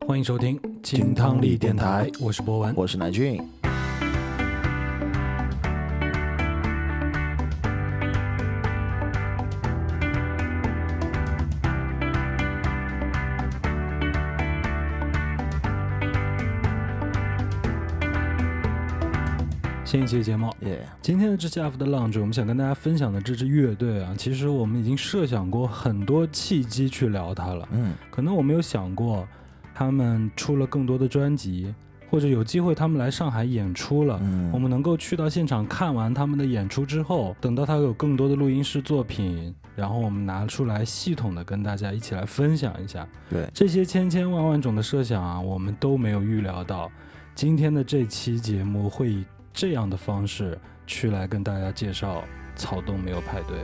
欢迎收听金汤力电台，我是博文， 我是乃俊。 新一期节目，今天的这期 After Lunch 我们想跟大家分享的这支乐队啊，其实我们已经设想过很多契机去聊它了。可能我没有想过他们出了更多的专辑，或者有机会他们来上海演出了，我们能够去到现场看完他们的演出之后，等到他有更多的录音室作品，然后我们拿出来系统的跟大家一起来分享一下。 对， 这些千千万万种的设想啊，我们都没有预料到今天的这期节目会以这样的方式去来跟大家介绍草东没有派对。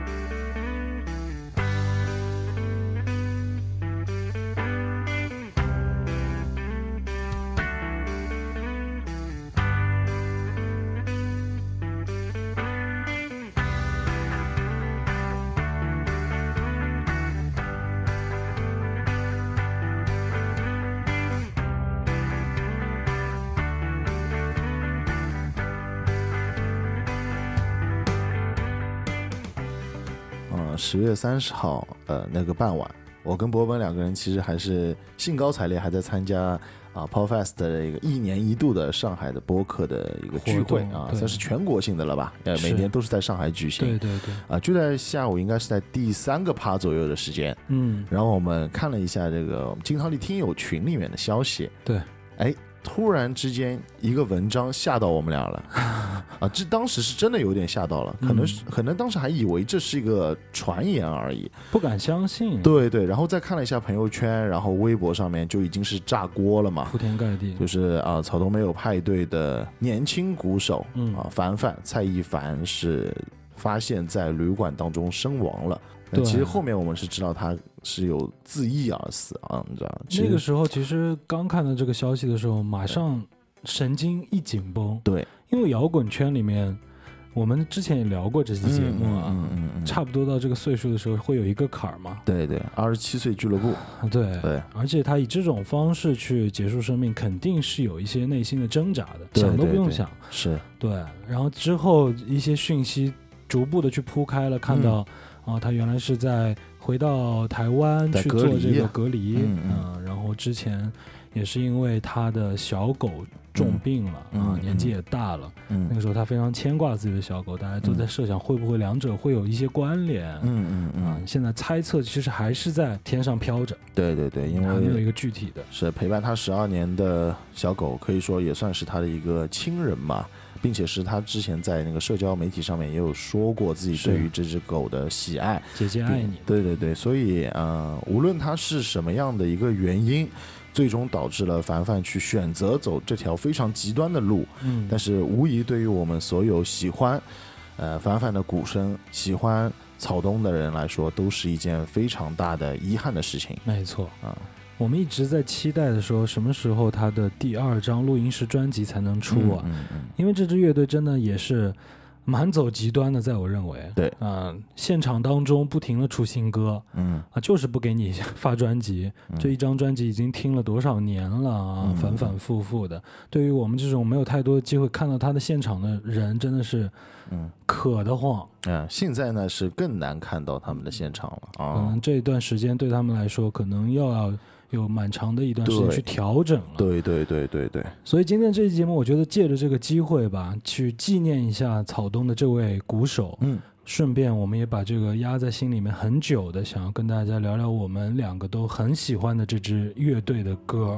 10月30号那个傍晚，我跟博文两个人其实还是兴高采烈，还在参加Podfest 的一个1年1度的上海的播客的一个聚会啊，算是全国性的了吧？每年都是在上海举行。对就在下午，应该是在第3个趴左右的时间。然后我们看了一下这个金汤力听友群里面的消息。对，突然之间一个文章吓到我们俩了这当时是真的有点吓到了，可能当时还以为这是一个传言而已， 不敢相信。 对，然后再看了一下朋友圈，然后微博上面就已经是炸锅了嘛， 铺天盖地。就是草东没有派对的年轻鼓手凡蔡一凡是发现在旅馆当中身亡了。其实后面我们是知道他是有自缢而死你知道。 那个时候其实刚看到这个消息的时候，马上神经一紧绷。对，因为摇滚圈里面，我们之前也聊过这期节目差不多到这个岁数的时候会有一个坎儿嘛。 对，27岁俱乐部。对， 而且他以这种方式去结束生命，肯定是有一些内心的挣扎的，想都不用想。 是， 对。然后之后一些讯息逐步的去铺开了，看到他原来是回到台湾去做这个隔离，然后之前也是因为他的小狗重病了年纪也大了，那个时候他非常牵挂自己的小狗，大家都在设想会不会两者会有一些关联。现在猜测其实还是在天上飘着。对，因为还没有一个具体的。 是陪伴他12年的小狗，可以说也算是他的一个亲人嘛。并且是他之前在那个社交媒体上面也有说过自己对于这只狗的喜爱， 姐姐爱你。 对，所以无论他是什么样的一个原因，最终导致了凡去选择走这条非常极端的路。但是无疑对于我们所有喜欢凡的鼓声、喜欢草东的人来说，都是一件非常大的遗憾的事情。 没错我们一直在期待的说什么时候他的第2张录音室专辑才能出因为这支乐队真的也是蛮走极端的，在我认为。对现场当中不停的出新歌就是不给你发专辑。这一张专辑已经听了多少年了反反复复的。对于我们这种没有太多的机会看到他的现场的人，真的是可得慌现在呢是更难看到他们的现场了可能这一段时间对他们来说可能又要有蛮长的一段时间去调整了。对。所以今天这期节目，我觉得借着这个机会吧，去纪念一下草东的这位鼓手。顺便我们也把这个压在心里面很久的，想要跟大家聊聊我们2个都很喜欢的这支乐队的歌。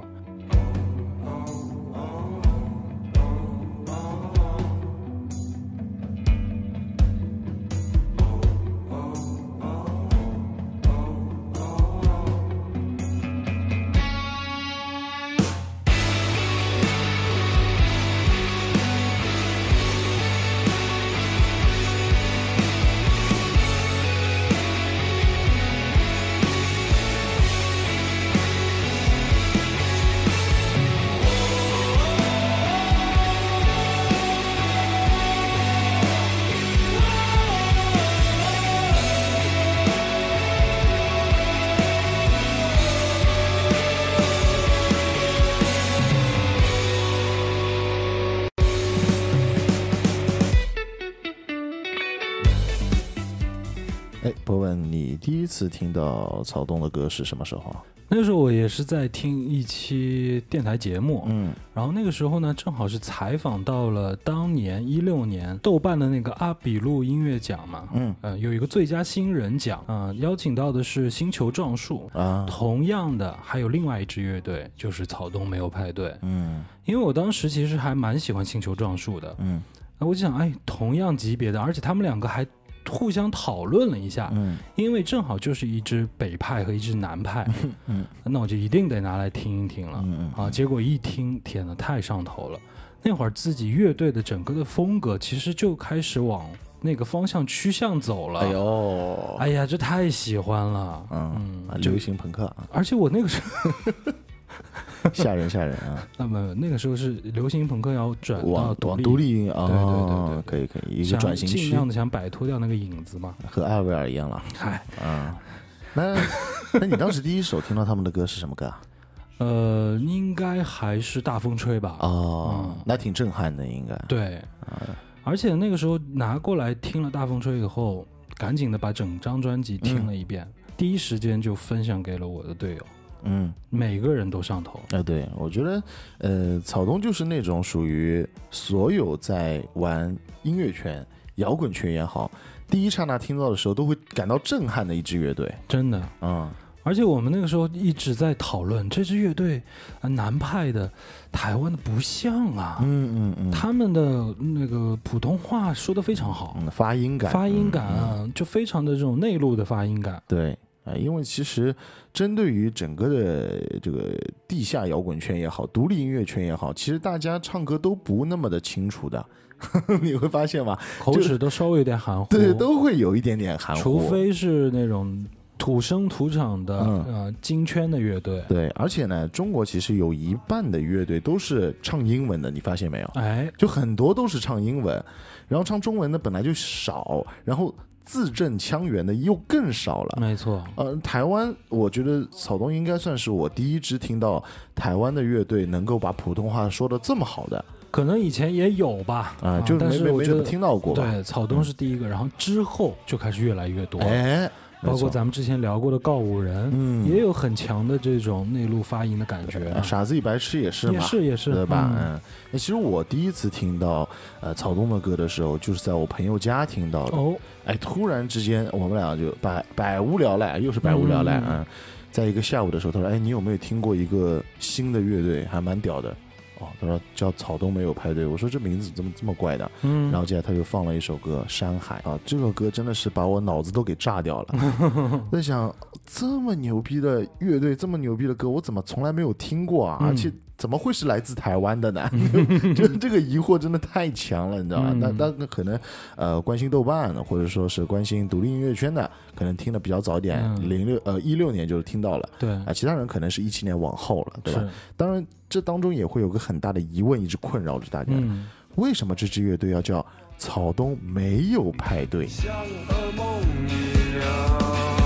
问你第一次听到草东的歌是什么时候？ 那时候我也是在听一期电台节目，然后那个时候呢，正好是采访到了当年16年豆瓣的那个阿比路音乐奖嘛，有一个最佳新人奖，邀请到的是星球撞树，同样的还有另外一支乐队，就是草东没有派对，因为我当时其实还蛮喜欢星球撞树的，我就想，哎，同样级别的，而且他们两个还互相讨论了一下，因为正好就是一支北派和一支南派，那我就一定得拿来听一听了，结果一听，天哪，太上头了。那会儿自己乐队的整个的风格其实就开始往那个方向趋向走了。哎呀，这太喜欢了， 流行朋克， 而且我那个时候吓人啊！ 那么那个时候是流行朋克要转到独立音对， 可以，一个转型区， 尽量的想摆脱掉那个影子嘛， 和艾薇儿一样了。那你当时第一首听到他们的歌是什么歌啊？ 应该还是大风吹吧。 那挺震撼的，应该。 对，而且那个时候拿过来听了大风吹以后，赶紧的把整张专辑听了一遍，第一时间就分享给了我的队友。每个人都上头。 对，我觉得草东就是那种属于所有在玩音乐圈摇滚圈也好，第一刹那听到的时候都会感到震撼的一支乐队， 真的。而且我们那个时候一直在讨论这支乐队，南派的台湾的不像啊，他们的那个普通话说得非常好， 发音感就非常的这种内陆的发音感。 对，因为其实针对于整个的这个地下摇滚圈也好，独立音乐圈也好，其实大家唱歌都不那么的清楚的，你会发现吗？ 口齿都稍微有点含糊， 对，都会有一点点含糊， 除非是那种土生土长的京圈的乐队。 对，而且呢，中国其实有一半的乐队都是唱英文的，你发现没有？就很多都是唱英文，然后唱中文的本来就少，然后字正腔圆的又更少了。 没错。 台湾我觉得草东应该算是我第一支听到台湾的乐队能够把普通话说得这么好的。 可能以前也有吧， 就但是没怎么听到过吧。 对，草东是第一个，然后之后就开始越来越多。包括咱们之前聊过的告五人，也有很强的这种内陆发音的感觉。 傻子与白痴也是嘛， 也是， 对吧？其实我第一次听到草东的歌的时候，就是在我朋友家听到的。突然之间我们俩就百无聊赖，又是百无聊赖在一个下午的时候，他说：“你有没有听过一个新的乐队，还蛮屌的？”他说叫草东没有派对。我说这名字怎么这么怪的？然后接下来他就放了一首歌《山海》这个歌真的是把我脑子都给炸掉了。在想这么牛逼的乐队，这么牛逼的歌，我怎么从来没有听过啊？而且怎么会是来自台湾的呢？就是这个疑惑真的太强了，你知道吗？那可能关心豆瓣或者说是关心独立音乐圈的，可能听的比较早一点，16年就听到了。 对其他人可能是17年往后了，对吧？当然这当中也会有个很大的疑问一直困扰着大家，为什么这支乐队要叫草东没有派对？像噩梦一样，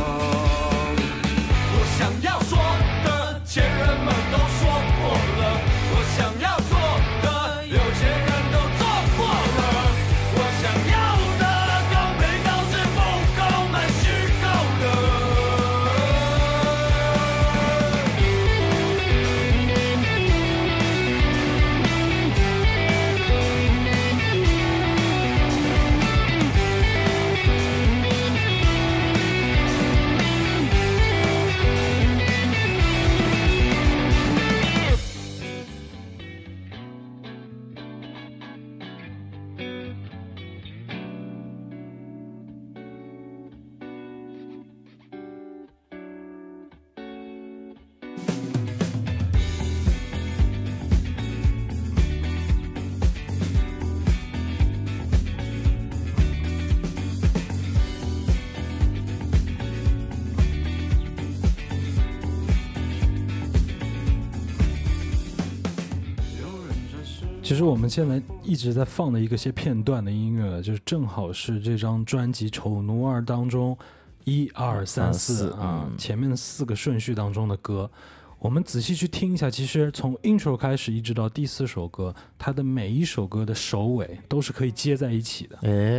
我想要说的前人们都说过了，我想要做的有些人都做过了，我想要的都没都是不够蛮虚构的。 其实我们现在一直在放的一些片段的音乐，就是正好是这张专辑《丑奴儿》当中1、2、3、4前面的4个顺序当中的歌。我们仔细去听一下，其实从 intro 开始一直到第4首歌，它的每一首歌的首尾都是可以接在一起的。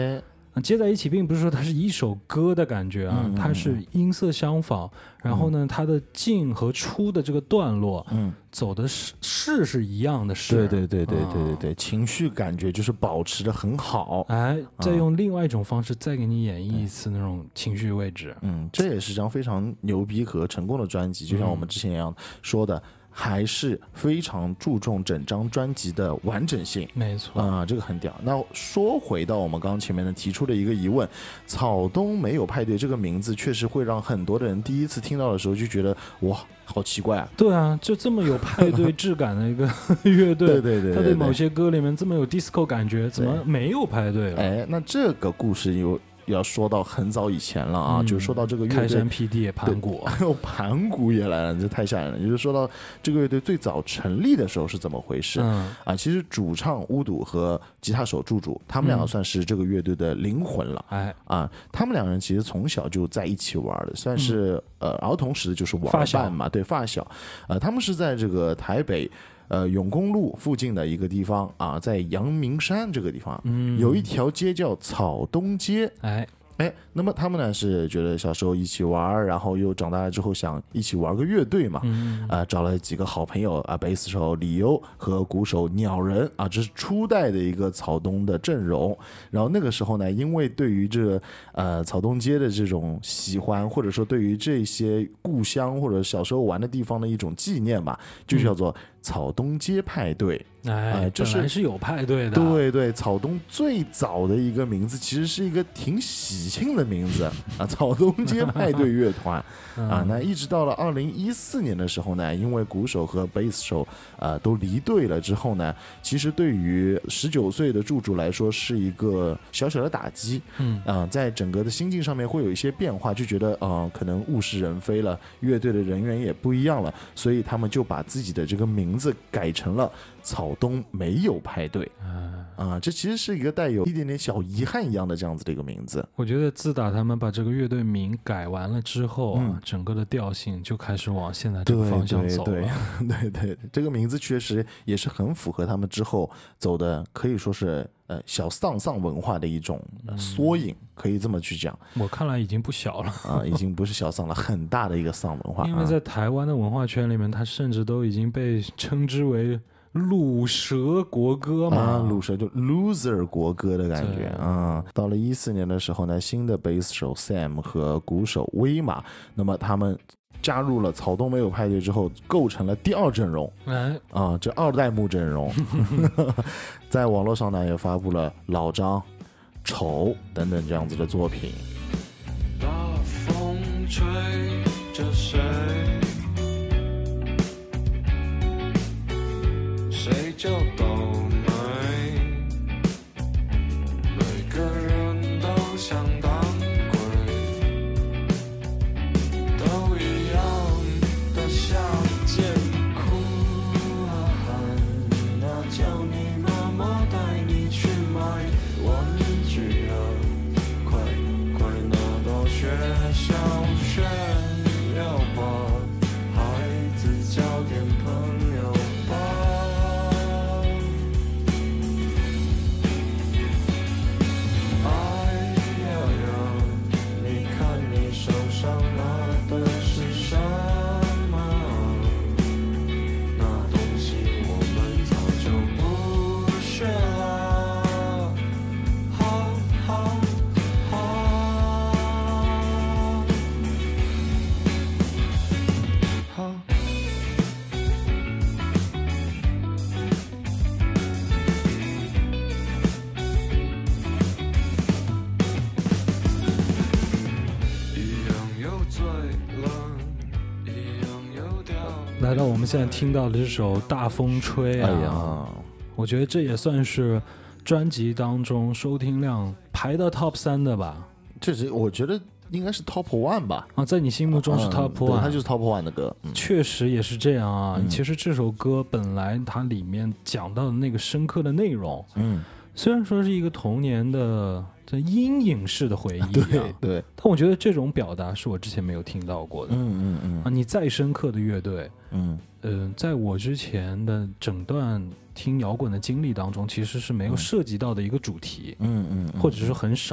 接在一起并不是说它是一首歌的感觉啊，它是音色相仿，然后呢，它的进和出的这个段落，走的是一样的势， 对，情绪感觉就是保持的很好， 再用另外一种方式再给你演绎一次那种情绪位置， 这也是张非常牛逼和成功的专辑，就像我们之前一样说的。还是非常注重整张专辑的完整性， 没错这个很屌。那说回到我们刚刚前面的提出的一个疑问，草东没有派对这个名字确实会让很多的人第一次听到的时候就觉得哇，好奇怪啊！ 对啊，就这么有派对质感的一个乐队， 对， 他对某些歌里面这么有 disco 感觉，怎么没有派对了？ 那这个故事要说到很早以前了啊，就是说到这个乐队， 开山辟地盘古， 还有盘古也来了，这太吓人了。就是说到这个乐队最早成立的时候是怎么回事其实主唱乌笃和吉他手祝祝，他们两个算是这个乐队的灵魂了。他们两人其实从小就在一起玩的，算是儿童时就是玩伴嘛，对，发小。他们是在这个台北。永公路附近的一个地方在阳明山这个地方，有一条街叫草东街。那么他们呢是觉得小时候一起玩，然后又长大了之后想一起玩个乐队嘛，找了几个好朋友贝斯手李优和鼓手鸟人这是初代的一个草东的阵容。然后那个时候呢，因为对于这草东街的这种喜欢，或者说对于这些故乡或者小时候玩的地方的一种纪念吧，就叫做草东街派对。 这是有派对的。 对，草东最早的一个名字其实是一个挺喜庆的名字草东街派对乐团那一直到了2014年的时候呢，因为鼓手和贝斯手都离队了之后呢，其实对于19岁的祝祝来说是一个小小的打击。在整个的心境上面会有一些变化，就觉得可能物是人非了，乐队的人员也不一样了，所以他们就把自己的这个名字改成了草东没有派对这其实是一个带有一点点小遗憾一样的这样子的一个名字。 我觉得自打他们把这个乐队名改完了之后整个的调性就开始往现在这个方向走了。 对，这个名字确实也是很符合他们之后走的，可以说是小丧文化的一种缩影，可以这么去讲。 我看来已经不小了已经不是小丧了，很大的一个丧文化。 因为在台湾的文化圈里面，它甚至都已经被称之为鲁蛇国歌嘛， 鲁蛇就 loser 国歌的感觉到了14年的时候呢，新的贝斯手 Sam 和鼓手威马，那么他们加入了草东没有派对之后，构成了第二阵容这二代目阵容在网络上呢也发布了老张、丑等等这样子的作品。 大风吹着谁，谁就倒霉，每个人都想当鬼，都一样的下贱，哭啊喊啊叫你妈妈带你去买玩具啊，快快拿到学校炫耀吧，孩子交点朋友吧。 来到我们现在听到的这首《大风吹》我觉得这也算是专辑当中收听量排到 Top 3的吧。 确实，我觉得应该是 Top 1吧。 在你心目中是 Top 1， 它就是 Top 1的歌。 确实也是这样其实这首歌本来它里面讲到的那个深刻的内容，虽然说是一个童年的阴影式的回忆对， 但我觉得这种表达是我之前没有听到过的。你再深刻的乐队，在我之前的整段听摇滚的经历当中，其实是没有涉及到的一个主题，或者是很少。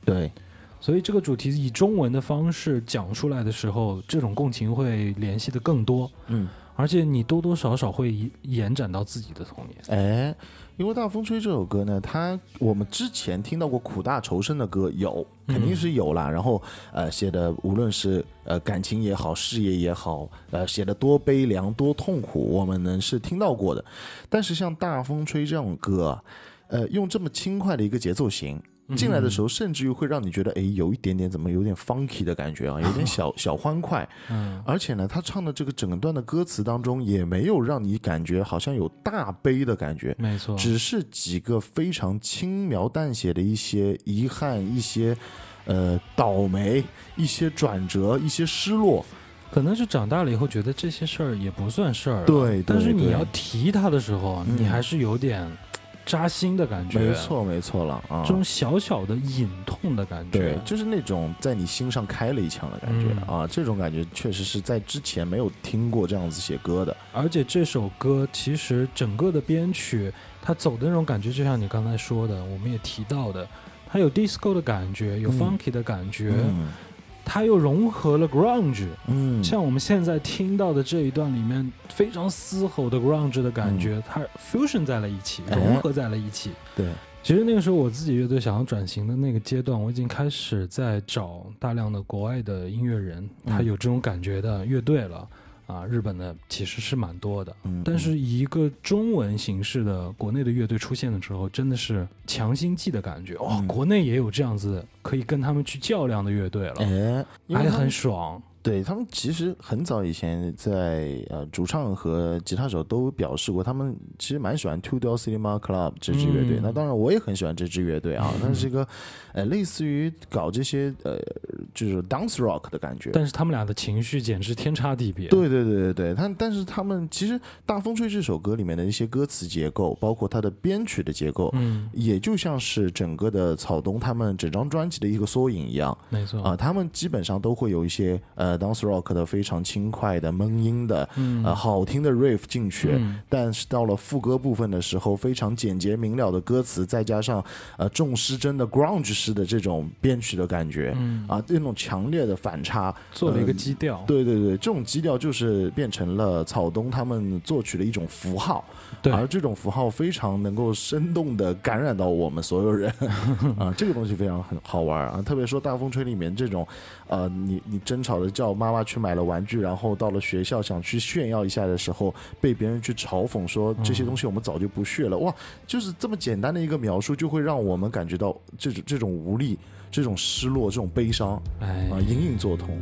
对， 所以这个主题以中文的方式讲出来的时候，这种共情会联系的更多。而且你多多少少会延展到自己的童年。 因为大风吹这首歌呢，我们之前听到过苦大仇深的歌肯定是有啦，然后写的无论是感情也好，事业也好，写的多悲凉多痛苦，我们呢是听到过的。但是像大风吹这种歌用这么轻快的一个节奏型进来的时候，甚至于会让你觉得有一点点怎么有点 funky 的感觉啊，有点小欢快。而且呢，他唱的这个整段的歌词当中也没有让你感觉好像有大悲的感觉， 没错， 只是几个非常轻描淡写的一些遗憾，一些倒霉，一些转折，一些失落。 可能是长大了以后觉得这些事儿也不算事儿， 对， 但是你要提它的时候，你还是有点扎心的感觉。 没错了啊， 这种小小的隐痛的感觉， 对，就是那种在你心上开了一枪的感觉啊，这种感觉确实是在之前没有听过这样子写歌的。 而且这首歌其实整个的编曲，它走的那种感觉，就像你刚才说的，我们也提到的，它有 disco 的感觉，有 funky 的感觉。它又融合了 grunge，像我们现在听到的这一段里面非常嘶吼的 grunge 的感觉，它 fusion 在了一起，融合在了一起。 对， 其实那个时候我自己乐队想要转型的那个阶段，我已经开始在找大量的国外的音乐人，他有这种感觉的乐队了。日本的其实是蛮多的，但是以一个中文形式的国内的乐队出现的时候，真的是强心剂的感觉。国内也有这样子可以跟他们去较量的乐队了，还很爽。 对，他们其实很早以前在主唱和吉他手都表示过，他们其实蛮喜欢 Two Door Cinema Club 这支乐队。那当然我也很喜欢这支乐队啊，它是一个类似于搞这些就是 dance rock 的感觉。 但是他们俩的情绪简直天差地别。 对，但是他们其实《大风吹》这首歌里面的一些歌词结构，包括它的编曲的结构，也就像是整个的草东他们整张专辑的一个缩影一样。 没错他们基本上都会有一些dance rock 的非常轻快的闷音的好听的 riff 进去，但是到了副歌部分的时候，非常简洁明了的歌词，再加上重失真的 grunge 式的这种编曲的感觉，这种强烈的反差， 做了一个基调。 对，这种基调就是变成了草东他们作曲的一种符号，而这种符号非常能够生动的感染到我们所有人这个东西非常很好玩啊！特别说大风吹里面这种你争吵的叫妈妈去买了玩具，然后到了学校想去炫耀一下的时候，被别人去嘲讽说这些东西我们早就不屑了。哇，就是这么简单的一个描述，就会让我们感觉到这种无力、这种失落、这种悲伤隐隐作痛。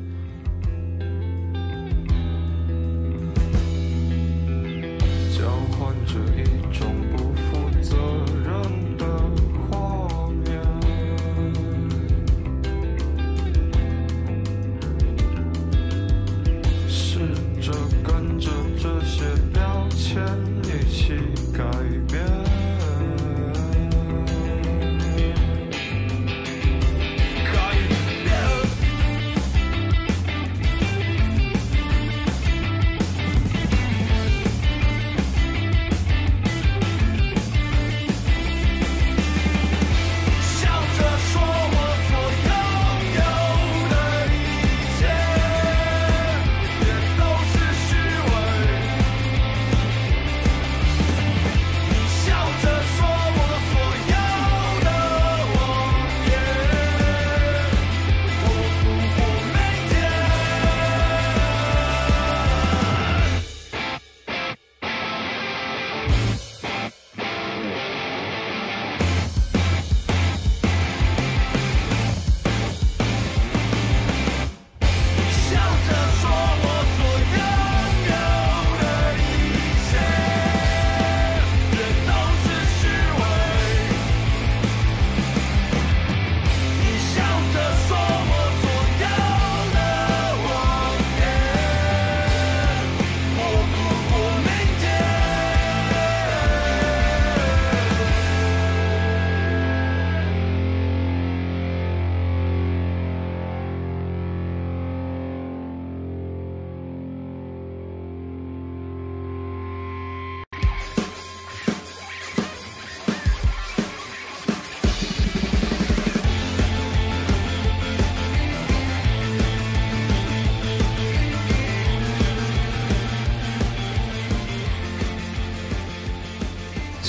交换着一种不负责任的画面，试着跟着这些标签一起改变。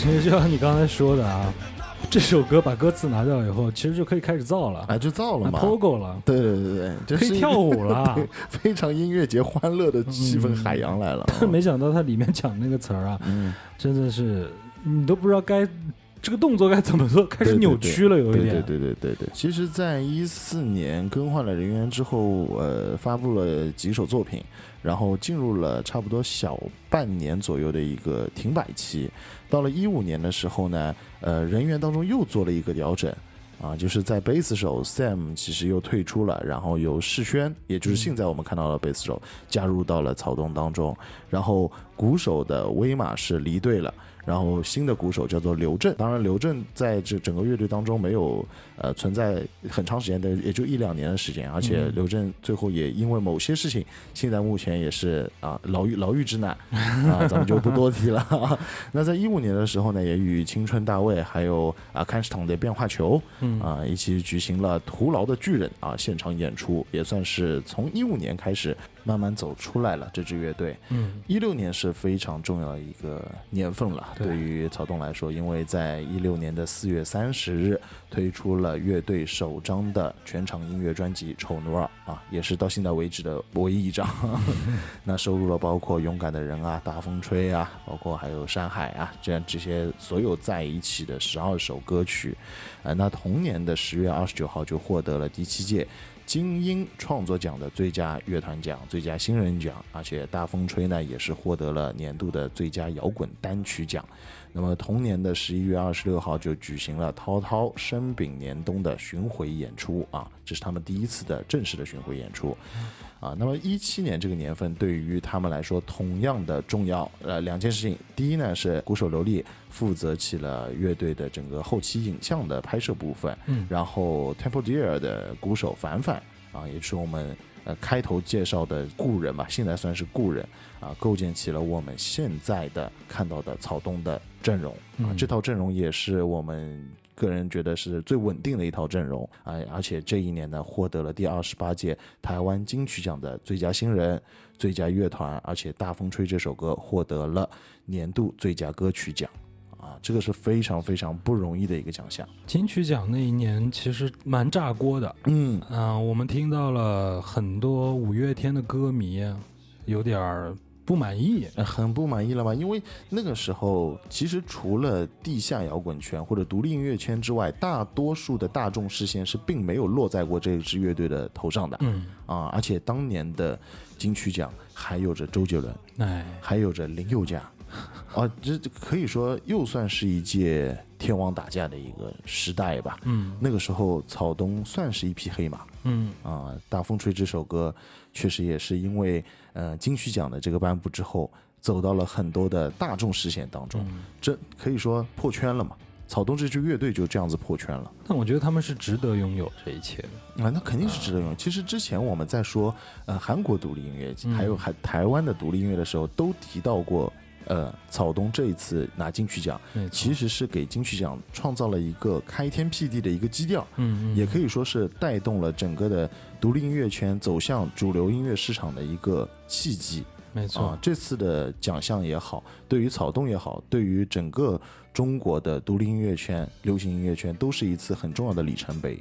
其实就像你刚才说的啊，这首歌把歌词拿掉以后，其实就可以开始造了啊，就造了嘛 ，Pogo 了， 对对对对，就可以跳舞了， 非常音乐节欢乐的气氛海洋来了。 但没想到它里面讲那个词儿啊，真的是你都不知道这个动作该怎么做，开始扭曲了，有一点。 对。其实，在14年更换了人员之后，发布了几首作品，然后进入了差不多小半年左右的一个停摆期。到了15年的时候呢，人员当中又做了一个调整。啊，就是在贝斯手 Sam 其实又退出了，然后由世轩，也就是现在我们看到的贝斯手加入到了草东当中，然后鼓手的威马是离队了。然后新的鼓手叫做刘震，当然刘震在这整个乐队当中没有存在很长时间的，也就1-2年的时间，而且刘震最后也因为某些事情，现在目前也是牢狱之难啊，咱们就不多提了。那在15年的时候呢，也与青春大卫还有看市场的变化球一起举行了徒劳的巨人现场演出，也算是从15年开始慢慢走出来了这支乐队。16年是非常重要的一个年份了。对于草东来说，因为在16年的4月30日推出了乐队首张的全场音乐专辑《丑奴儿》也是到现在为止的唯一一张。那收录了包括勇敢的人大风吹包括还有山海这些所有在一起的12首歌曲。那同年的10月29号就获得了第7届金鹰创作奖的最佳乐团奖、最佳新人奖，而且大风吹呢也是获得了年度的最佳摇滚单曲奖。那么同年的11月26号就举行了涛涛生丙年冬的巡回演出这是他们第一次的正式的巡回演出那么17年这个年份对于他们来说同样的重要两件事情。第一呢是鼓手刘丽负责起了乐队的整个后期影像的拍摄部分，然后 Temple Deer 的鼓手凡凡也是我们开头介绍的故人吧，现在算是故人构建起了我们现在的看到的草东的阵容这套阵容也是我们个人觉得是最稳定的一套阵容而且这一年呢获得了第28届台湾金曲奖的最佳新人、最佳乐团，而且大风吹这首歌获得了年度最佳歌曲奖这个是非常非常不容易的一个奖项。 金曲奖那一年其实蛮炸锅的我们听到了很多五月天的歌迷有点不满意， 很不满意了吧？因为那个时候其实除了地下摇滚圈或者独立音乐圈之外，大多数的大众视线是并没有落在过这支乐队的头上的而且当年的金曲奖还有着周杰伦还有着林宥嘉这可以说又算是一届天王打架的一个时代吧那个时候草东算是一匹黑马大风吹这首歌确实也是因为金曲奖的这个颁布之后走到了很多的大众视线当中这可以说破圈了嘛，草东这支乐队就这样子破圈了。 但我觉得他们是值得拥有这一切的那肯定是值得拥有。其实之前我们在说韩国独立音乐还有台湾的独立音乐的时候都提到过草东这一次拿金曲奖其实是给金曲奖创造了一个开天辟地的一个基调也可以说是带动了整个的独立音乐圈走向主流音乐市场的一个契机。 没错这次的奖项也好，对于草东也好，对于整个中国的独立音乐圈、流行音乐圈都是一次很重要的里程碑。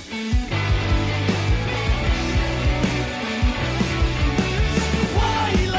未来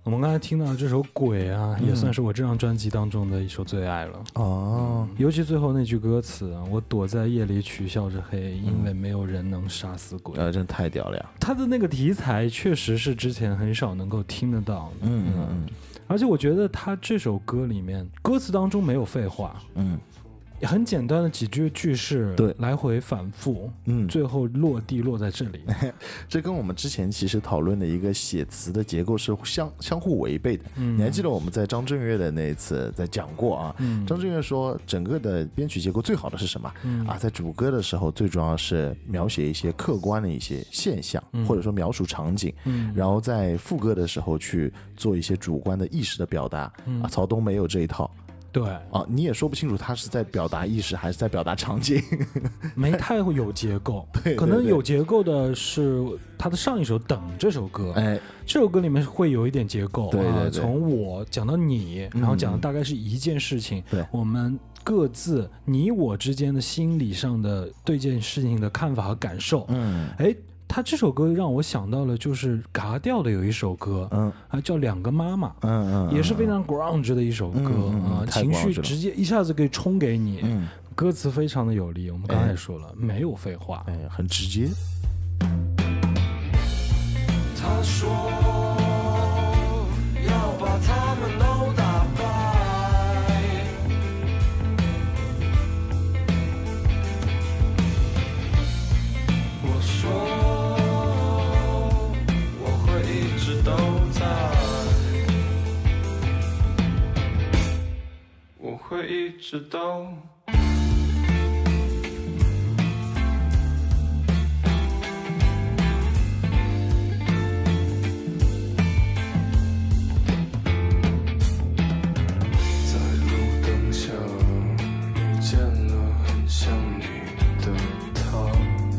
我们刚才听到的这首《鬼》啊，也算是我这张专辑当中的一首最爱了。尤其最后那句歌词啊，我躲在夜里取笑着黑，因为没有人能杀死鬼。 真太屌了呀！ 他的那个题材确实是之前很少能够听得到的。而且我觉得他这首歌里面歌词当中没有废话。很简单的几句句式， 对， 来回反复，最后落在这里。 这跟我们之前其实讨论的一个写词的结构是相互违背的。你还记得我们在张震岳的那一次在讲过啊？张震岳说，整个的编曲结构最好的是什么？在主歌的时候，最重要是描写一些客观的一些现象，或者说描述场景，然后在副歌的时候去做一些主观的意识的表达。曹东没有这一套。 对你也说不清楚他是在表达意识还是在表达场景， 没太会有结构。 对， 可能有结构的是他的上一首《等》这首歌。这首歌里面会有一点结构。 对， 从我讲到你，然后讲的大概是一件事情。 对， 我们各自你我之间的心理上的对这件事情的看法和感受。他这首歌让我想到了，就是嘎调的有一首歌，叫《两个妈妈》，也是非常 grunge 的一首歌情绪直接一下子可以冲给你，歌词非常的有力。我们刚才也说了，没有废话， 很直接。 他说要把他们都打败，我说我会一直都在路灯下遇见了很像你的他，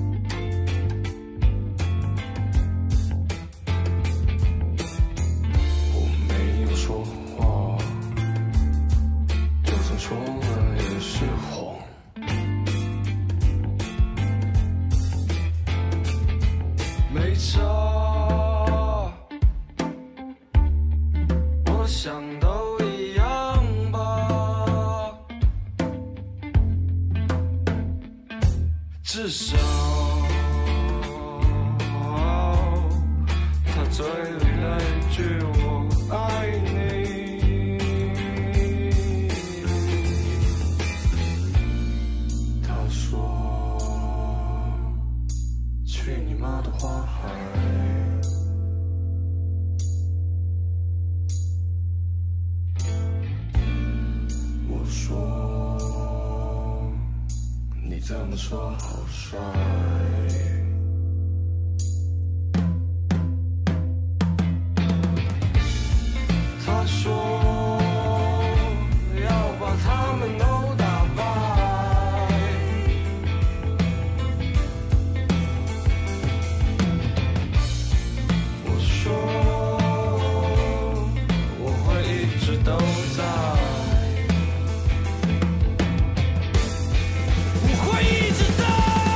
我没有说话，就算说了也是谎。没差，我想都一样吧，至少他嘴里那一句我爱你，他说去你妈的花海，我说你这么说好帅，他说要把他们都打败，我说我会一直都在，我会一直都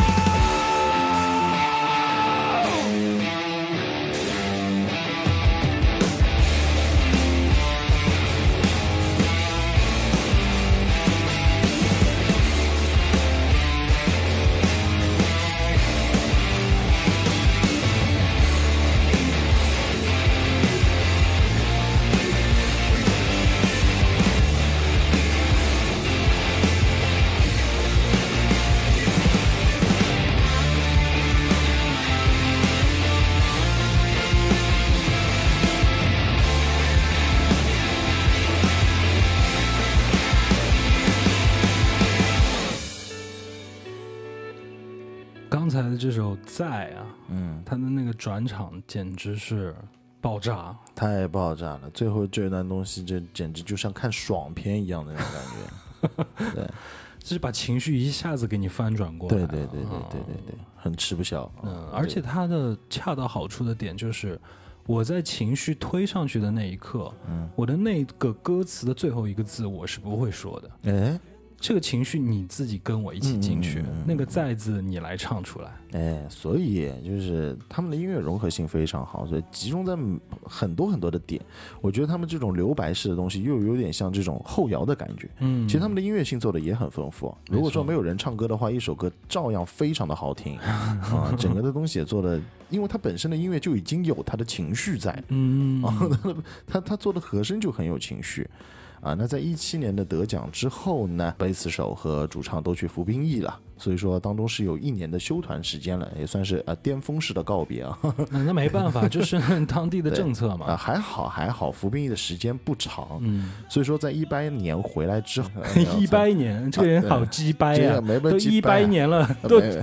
刚才的这首在啊，他的那个转场简直是爆炸， 太爆炸了！最后这段东西，这简直就像看爽片一样的那种感觉。对， 就是把情绪一下子给你翻转过来。 对，很吃不消。 而且它的恰到好处的点就是，我在情绪推上去的那一刻，我的那个歌词的最后一个字我是不会说的。 这个情绪你自己跟我一起进去，那个在字你来唱出来。 所以就是他们的音乐融合性非常好，所以集中在很多很多的点。我觉得他们这种留白式的东西又有点像这种后摇的感觉。其实他们的音乐性做的也很丰富。如果说没有人唱歌的话，一首歌照样非常的好听啊，整个的东西也做的，因为他本身的音乐就已经有他的情绪在，他做的和声就很有情绪。那在17年的得奖之后呢，贝斯手和主唱都去服兵役了，所以说当中是有1年的休团时间了，也算是巅峰式的告别啊。 那没办法，就是当地的政策嘛。 还好，服兵役的时间不长，所以说在18年回来之后 ，18年，这个人好鸡掰呀，都18年了，都就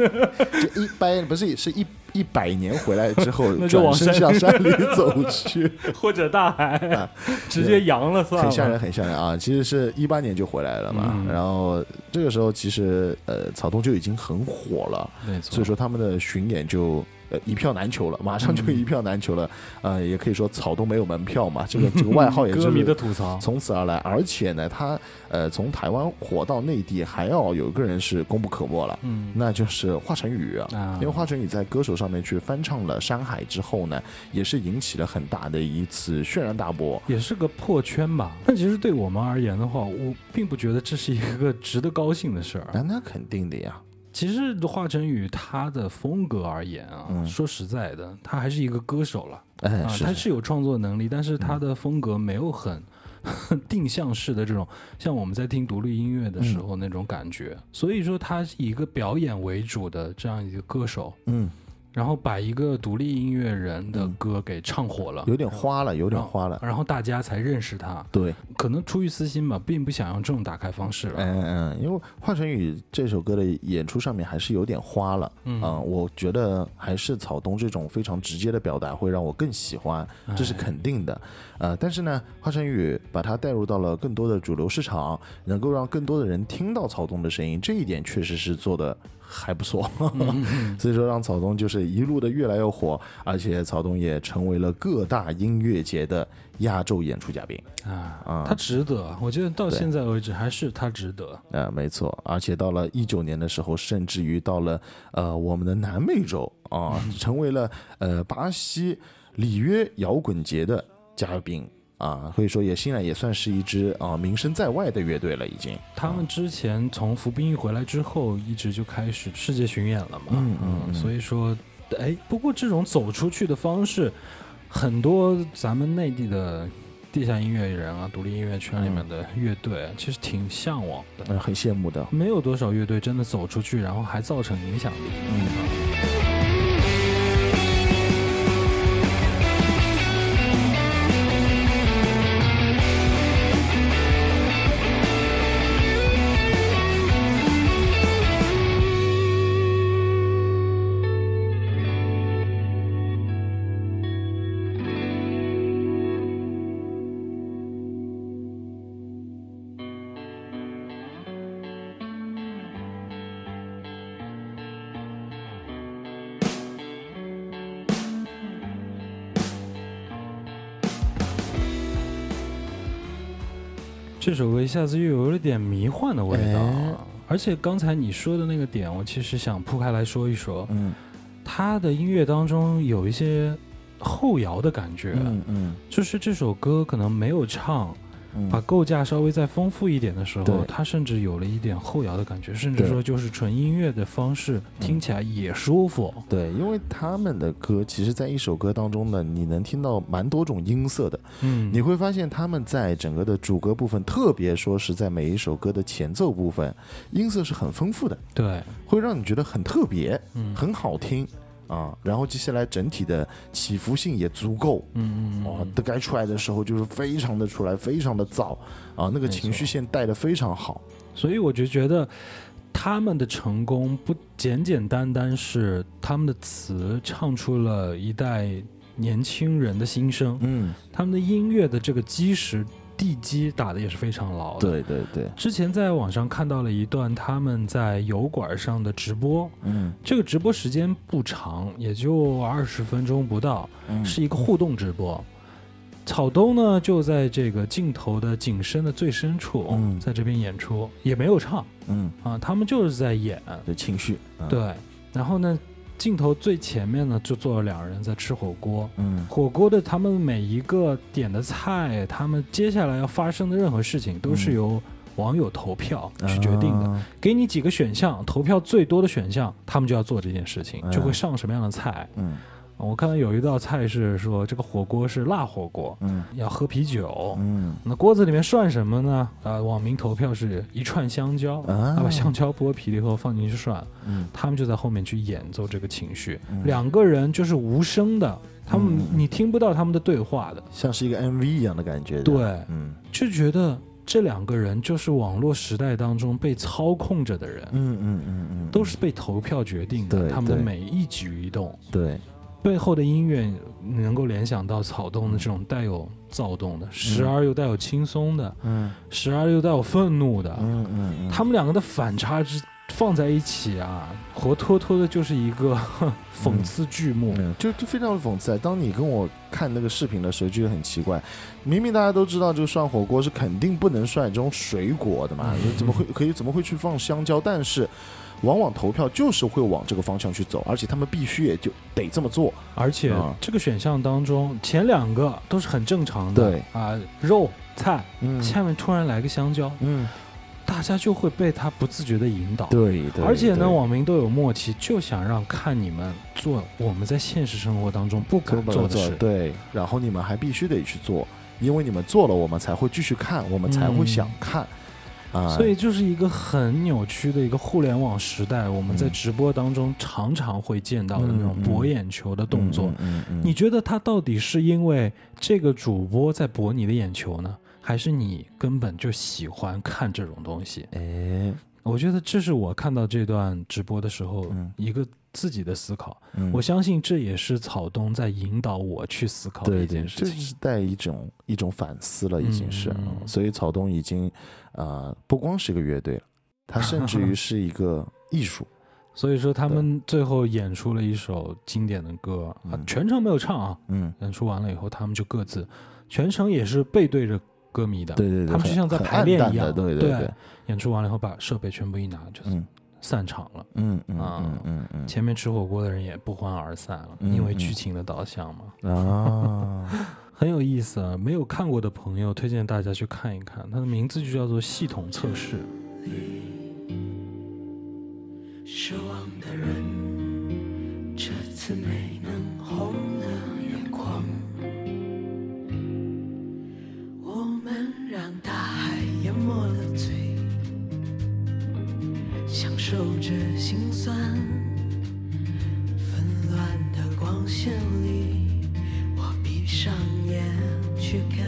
18不是100年回来之后转身向山里走去， 或者大海，直接扬了算了。 很吓人啊！其实是18年就回来了嘛，然后这个时候其实草东就已经很火了，所以说他们的巡演就一票难求了，马上就一票难求了。也可以说草东没有门票嘛，这个外号也是歌迷的吐槽， 从此而来。而且呢，他从台湾火到内地，还要有一个人是功不可没了，那就是华晨宇啊。因为华晨宇在歌手上面去翻唱了《山海》之后呢，也是引起了很大的一次轩然大波， 也是个破圈吧。但其实对我们而言的话，我并不觉得这是一个值得高兴的事儿。 那肯定的呀。 其实华晨宇他的风格而言说实在的，他还是一个歌手了，他是有创作能力，但是他的风格没有很定向式的这种，像我们在听独立音乐的时候那种感觉，所以说他是以一个表演为主的这样一个歌手，然后把一个独立音乐人的歌给唱火了， 有点花了， 然后大家才认识他。 对， 可能出于私心吧，并不想用这种打开方式了。 因为华晨宇这首歌的演出上面还是有点花了，我觉得还是草东这种非常直接的表达会让我更喜欢，这是肯定的。但是呢，华晨宇把它带入到了更多的主流市场，能够让更多的人听到草东的声音，这一点确实是做的还不错。所以说让草东就是一路的越来越火，而且草东也成为了各大音乐节的压轴演出嘉宾他值得，我觉得到现在为止还是他值得。 没错，而且到了19年的时候，甚至于到了我们的南美洲成为了巴西里约摇滚节的嘉宾可以说现在也算是一支名声在外的乐队了已经。 他们之前从服兵役回来之后，一直就开始世界巡演了嘛，所以说不过这种走出去的方式，很多咱们内地的地下音乐人独立音乐圈里面的乐队其实挺向往的， 很羡慕的。 没有多少乐队真的走出去，然后还造成影响力。这首歌一下子又有了点迷幻的味道，而且刚才你说的那个点，我其实想铺开来说一说。他的音乐当中有一些后摇的感觉，就是这首歌可能没有唱，把构架稍微再丰富一点的时候，它甚至有了一点后摇的感觉，甚至说就是纯音乐的方式，听起来也舒服。 对，因为他们的歌其实在一首歌当中呢，你能听到蛮多种音色的。你会发现他们在整个的主歌部分，特别说是在每一首歌的前奏部分，音色是很丰富的， 对， 会让你觉得很特别，很好听。然后接下来整体的起伏性也足够，该出来的时候就是非常的出来，非常的燥那个情绪线带得非常好， 所以我就觉得他们的成功不简简单单是他们的词唱出了一代年轻人的心声，他们的音乐的这个基石地基打的也是非常牢的。 对， 之前在网上看到了一段他们在油管上的直播，这个直播时间不长，也就20分钟不到，是一个互动直播。 草东呢就在这个镜头的景深的最深处，在这边演出，也没有唱，他们就是在演对情绪， 对。然后呢，镜头最前面呢就坐了2人在吃火锅，火锅的他们每一个点的菜，他们接下来要发生的任何事情都是由网友投票去决定的，给你几个选项，投票最多的选项，他们就要做这件事情，就会上什么样的菜。我看到有一道菜是说这个火锅是辣火锅，要喝啤酒，那锅子里面涮什么呢？网民投票是一串香蕉，把香蕉剥皮了以后放进去涮，他们就在后面去演奏这个情绪，2个人就是无声的，他们你听不到他们的对话的， 像是一个 MV 一样的感觉。 对，就觉得这2个人就是网络时代当中被操控着的人，都是被投票决定的，他们的每一举一动， 对。 背后的音乐能够联想到草东的这种带有躁动的，时而又带有轻松的，时而又带有愤怒的，他们2个的反差放在一起啊，活脱脱的就是一个讽刺剧目， 就非常的讽刺。当你跟我看那个视频的时候，就很奇怪，明明大家都知道这个涮火锅是肯定不能涮这种水果的嘛，怎么会去放香蕉？但是往往投票就是会往这个方向去走，而且他们必须也就得这么做。 而且这个选项当中，前2个都是很正常的， 对肉菜，下面突然来个香蕉，大家就会被他不自觉的引导。 对， 而且呢，网民都有默契，就想让看你们做我们在现实生活当中不敢做的事。 对，然后你们还必须得去做，因为你们做了，我们才会继续看，我们才会想看。 所以就是一个很扭曲的一个互联网时代，我们在直播当中常常会见到的那种博眼球的动作。你觉得他到底是因为这个主播在博你的眼球呢，还是你根本就喜欢看这种东西？我觉得这是我看到这段直播的时候一个自己的思考，我相信这也是草东在引导我去思考的一件事情， 这是带一种反思了，已经是。所以草东已经不光是一个乐队了，他甚至于是一个艺术。 所以说他们最后演出了一首经典的歌，全程没有唱啊，演出完了以后他们就各自全程也是背对着歌迷的， 对， 他们就像在排练一样， 对， 演出完了以后把设备全部一拿就散场了，前面吃火锅的人也不欢而散了，因为剧情的导向嘛，很有意思啊！没有看过的朋友，推荐大家去看一看，它的名字就叫做系统测试。 失望的人，这次没能红了眼眶。我们让大海淹没了嘴，享受着心酸。纷乱的光线里，我闭上眼去看。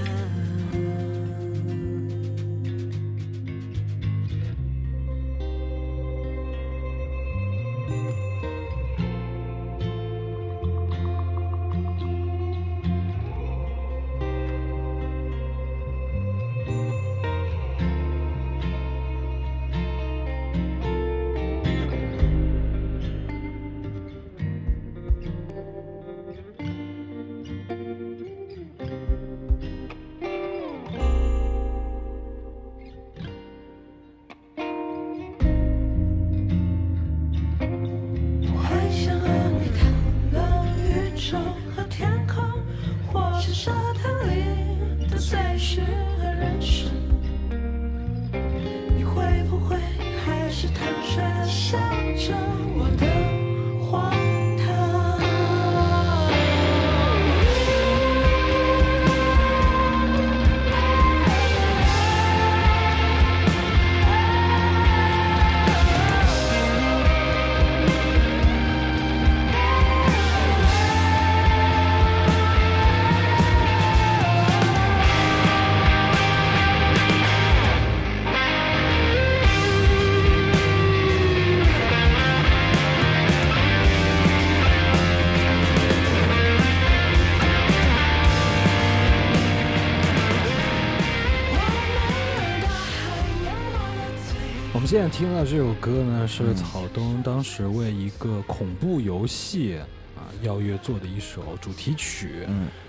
现在听到这首歌呢，是草东当时为一个恐怖游戏邀约做的一首主题曲。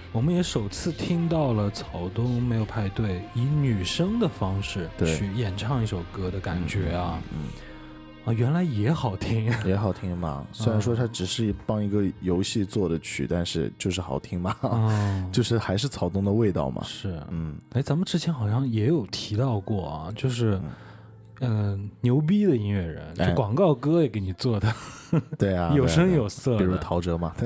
我们也首次听到了草东没有派对以女生的方式去演唱一首歌的感觉啊。原来也好听， 也好听嘛。虽然说它只是帮一个游戏做的曲，但是就是好听嘛，就是还是草东的味道嘛。 是，咱们之前好像也有提到过啊，就是牛逼的音乐人，这广告歌也给你做的， 对啊， 有声有色的， 比如陶喆嘛，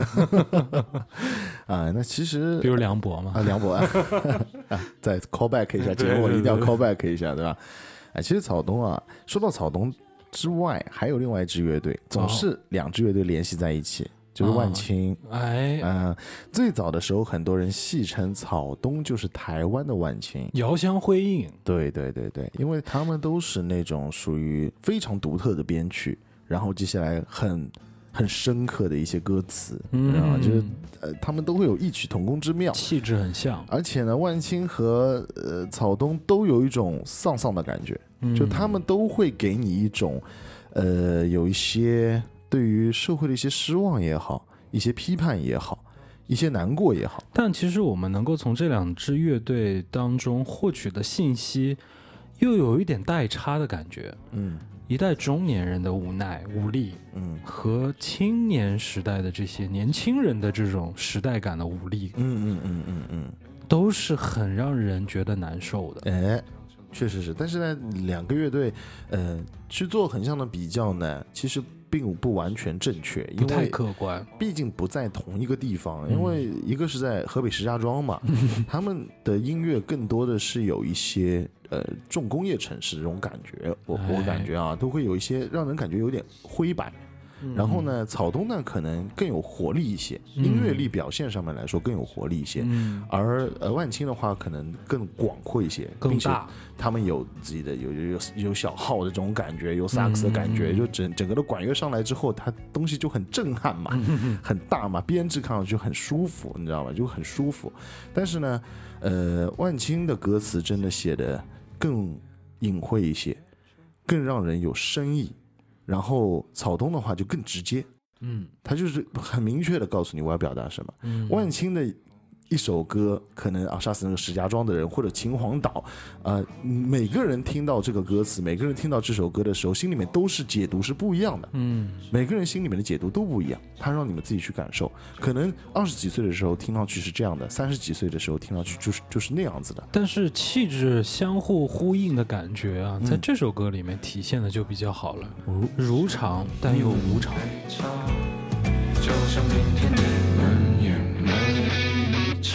那其实比如梁博嘛， 梁博再 call back 一下，节目我一定要 call back 一下，对吧？其实草东啊，说到草东之外，还有另外一支乐队，总是两支乐队联系在一起，就是万青。最早的时候，很多人戏称草东就是台湾的万青， 遥相辉映。 对，因为他们都是那种属于非常独特的编曲，然后接下来很深刻的一些歌词，就是他们都会有异曲同工之妙， 气质很像。 而且呢，万青和草东都有一种丧丧的感觉。就他们都会给你一种，有一些对于社会的一些失望也好，一些批判也好，一些难过也好。 但其实我们能够从这两支乐队当中获取的信息，又有一点代差的感觉。一代中年人的无奈无力，和青年时代的这些年轻人的这种时代感的无力，都是很让人觉得难受的。 确实是，但是呢，两个乐队，去做横向的比较呢，其实并不完全正确，因为不太客观， 毕竟不在同一个地方。因为一个是在河北石家庄嘛，他们的音乐更多的是有一些重工业城市这种感觉，我感觉啊，都会有一些让人感觉有点灰白。然后呢，草东呢可能更有活力一些，音乐力表现上面来说更有活力一些，而万青的话可能更广阔一些， 更大， 他们有自己的有小号的这种感觉，有萨克斯的感觉，就整个的管乐上来之后，它东西就很震撼嘛，很大嘛，编制看上去很舒服，你知道吗？就很舒服。但是呢，万青的歌词真的写的更隐晦一些，更让人有深意。然后草东的话就更直接，他就是很明确的告诉你我要表达什么。万青的一首歌可能杀死那个石家庄的人，或者秦皇岛，每个人听到这个歌词，每个人听到这首歌的时候，心里面都是解读是不一样的。每个人心里面的解读都不一样，他让你们自己去感受。可能20几岁的时候听上去是这样的，30几岁的时候听上去就是那样子的。 但是气质相互呼应的感觉啊，在这首歌里面体现的就比较好了，如常但又无常。 就像明天你们也没差。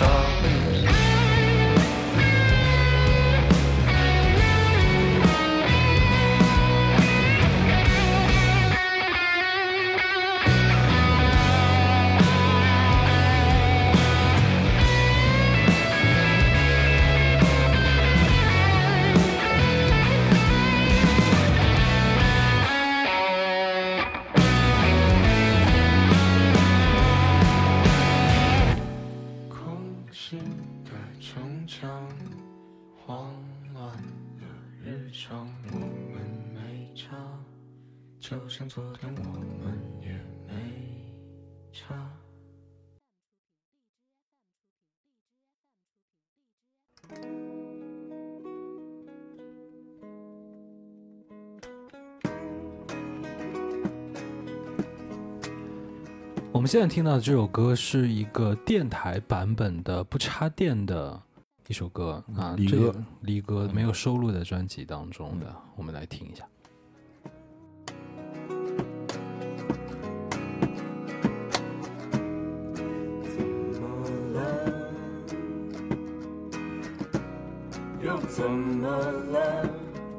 就像昨天我们也没差。 我们现在听到的这首歌是一个电台版本的不插电的一首歌啊，离歌没有收录在专辑当中的，我们来听一下。 又怎么了？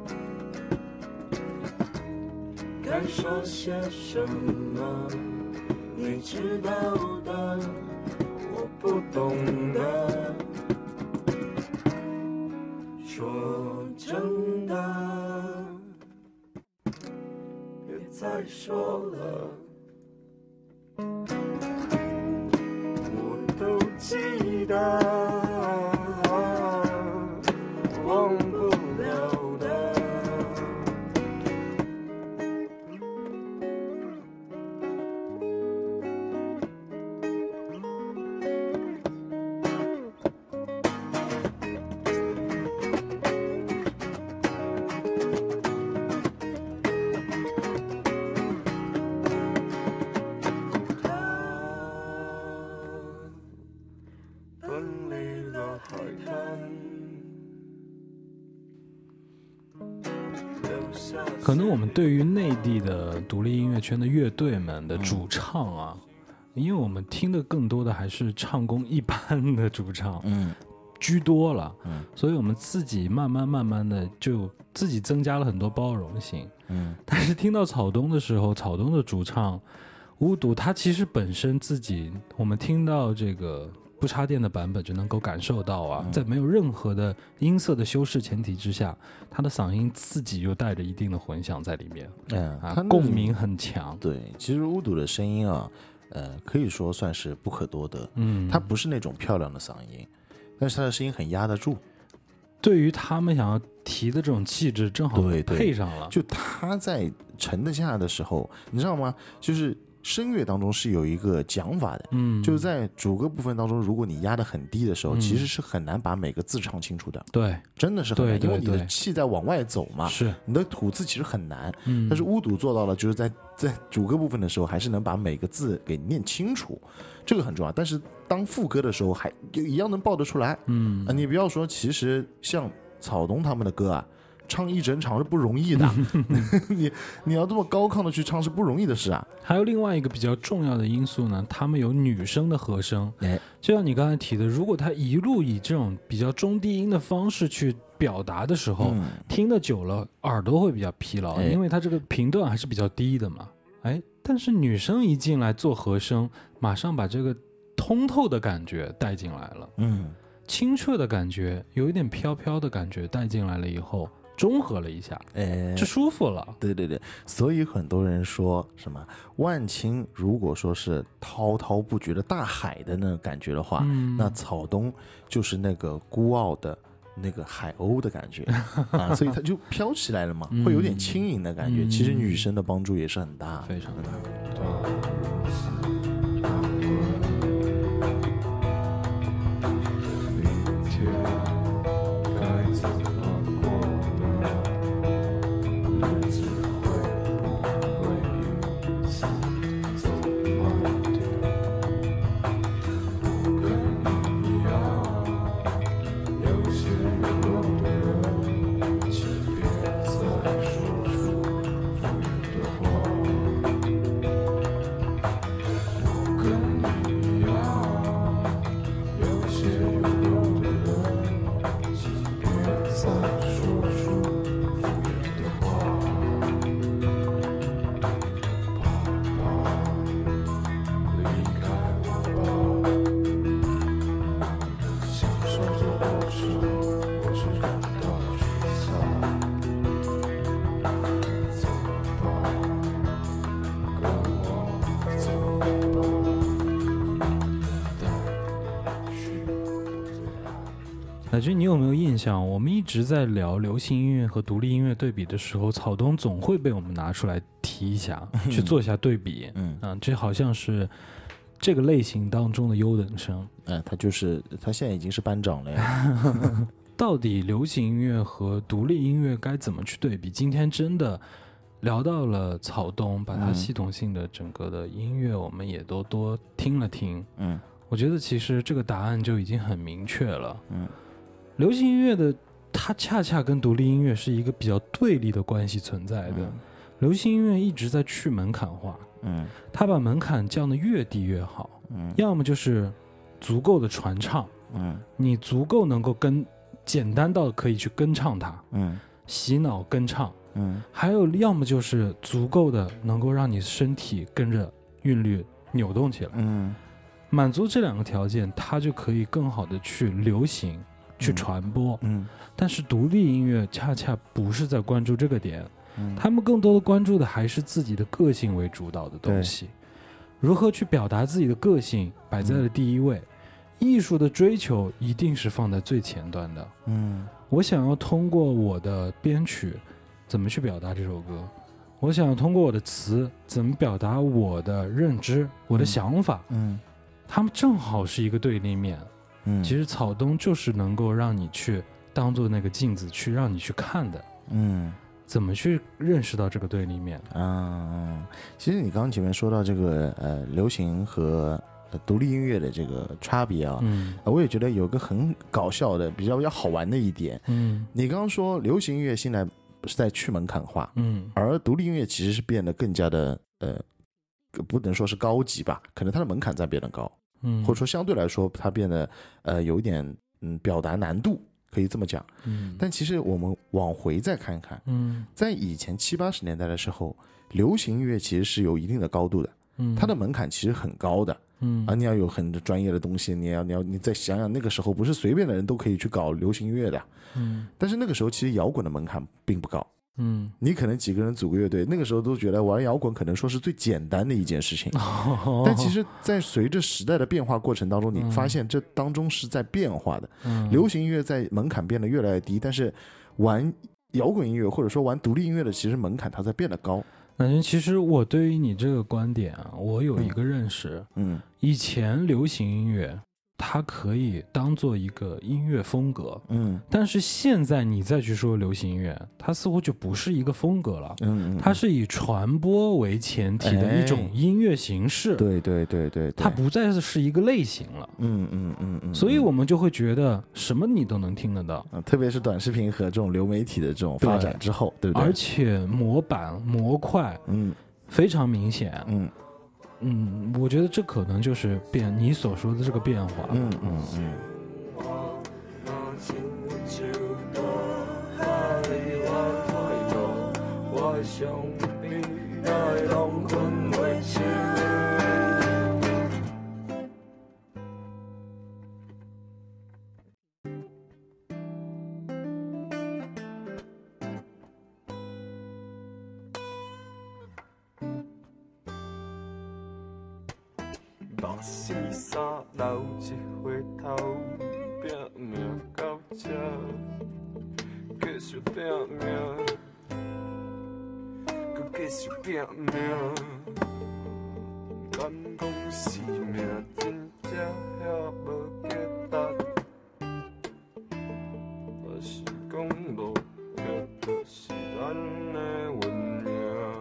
该说些什么？你知道的，我不懂的。说真的，别再说了，我都记得。忘不了的， 可能我们对于内地的独立音乐圈的乐队们的主唱啊，因为我们听的更多的还是唱功一般的主唱，居多了，所以我们自己慢慢的就自己增加了很多包容性，但是听到草东的时候，草东的主唱巫毒，他其实本身自己，我们听到这个不插电的版本就能够感受到啊，在没有任何的音色的修饰前提之下，他的嗓音自己就带着一定的混响在里面，共鸣很强。 对，其实巫毒的声音啊，可以说算是不可多得，他不是那种漂亮的嗓音，但是他的声音很压得住。 对于他们想要提的这种气质，正好配上了。 就他在沉得下的时候，你知道吗？就是声乐当中是有一个讲法的，就是在主歌部分当中，如果你压得很低的时候，其实是很难把每个字唱清楚的。 对， 真的是很难，因为你的气在往外走嘛， 是你的吐字其实很难。但是巫毒做到了，就是在主歌部分的时候，还是能把每个字给念清楚，这个很重要。但是当副歌的时候，还一样能报得出来。你不要说，其实像草东他们的歌啊，唱一整场是不容易的，你要这么高亢的去唱是不容易的事啊。 还有另外一个比较重要的因素呢，他们有女生的和声，就像你刚才提的，如果他一路以这种比较中低音的方式去表达的时候，听得久了耳朵会比较疲劳，因为他这个频段还是比较低的嘛。但是女生一进来做和声，马上把这个通透的感觉带进来了，清澈的感觉，有一点飘飘的感觉带进来了以后，中和了一下，就舒服了。 对对对，所以很多人说什么万青如果说是滔滔不绝的大海的那个感觉的话，那草东就是那个孤傲的那个海鸥的感觉啊，所以它就飘起来了嘛，会有点轻盈的感觉。其实女生的帮助也是很大， 非常大。乃军，你有没有印象？我们一直在聊流行音乐和独立音乐对比的时候，草东总会被我们拿出来提一下，去做一下对比。这好像是这个类型当中的优等生。 他现在已经是班长了呀。 到底流行音乐和独立音乐该怎么去对比？今天真的聊到了草东，把他系统性的整个的音乐，我们也都多听了听。我觉得其实这个答案就已经很明确了。流行音乐的它恰恰跟独立音乐是一个比较对立的关系存在的。流行音乐一直在去门槛化，它把门槛降得越低越好。要么就是足够的传唱，你足够能够简单到可以去跟唱它，洗脑跟唱，还有要么就是足够的能够让你身体跟着韵律扭动起来，满足这两个条件，它就可以更好的去流行，去传播。但是独立音乐恰恰不是在关注这个点，他们更多的关注的还是自己的个性为主导的东西，如何去表达自己的个性摆在了第一位，艺术的追求一定是放在最前端的。我想要通过我的编曲怎么去表达这首歌，我想要通过我的词怎么表达我的认知，我的想法，他们正好是一个对立面。其实草东就是能够让你去当做那个镜子去让你去看的。怎么去认识到这个对立面？ 其实你刚刚前面说到这个流行和独立音乐的这个差别啊，我也觉得有个很搞笑的比较好玩的一点。你刚刚说流行音乐现在是在去门槛化，而独立音乐其实是变得更加的不能说是高级吧，可能它的门槛在变得高，或者说相对来说它变得有一点表达难度，可以这么讲，但其实我们往回再看看，在以前70、80年代的时候，流行音乐其实是有一定的高度的，它的门槛其实很高的，你要有很专业的东西，你再想想那个时候不是随便的人都可以去搞流行音乐的，但是那个时候其实摇滚的门槛并不高，你可能几个人组个乐队，那个时候都觉得玩摇滚可能说是最简单的一件事情，但其实在随着时代的变化过程当中，你发现这当中是在变化的，流行音乐在门槛变得越来越低，但是玩摇滚音乐或者说玩独立音乐的其实门槛它在变得高。 那其实我对于你这个观点啊，我有一个认识，以前流行音乐它可以当做一个音乐风格，但是现在你再去说流行音乐，它似乎就不是一个风格了，它是以传播为前提的一种音乐形式，对，它不再是一个类型了，所以我们就会觉得什么你都能听得到， 特别是短视频和这种流媒体的这种发展之后，对不对？ 而且模板模块，非常明显，我觉得这可能就是你所说的这个变化。 目屎沙流一回头，拼命到这，继续拼命，搁继续拼命。敢讲是命，真正遐无价值，还是讲无价，就是咱的运命。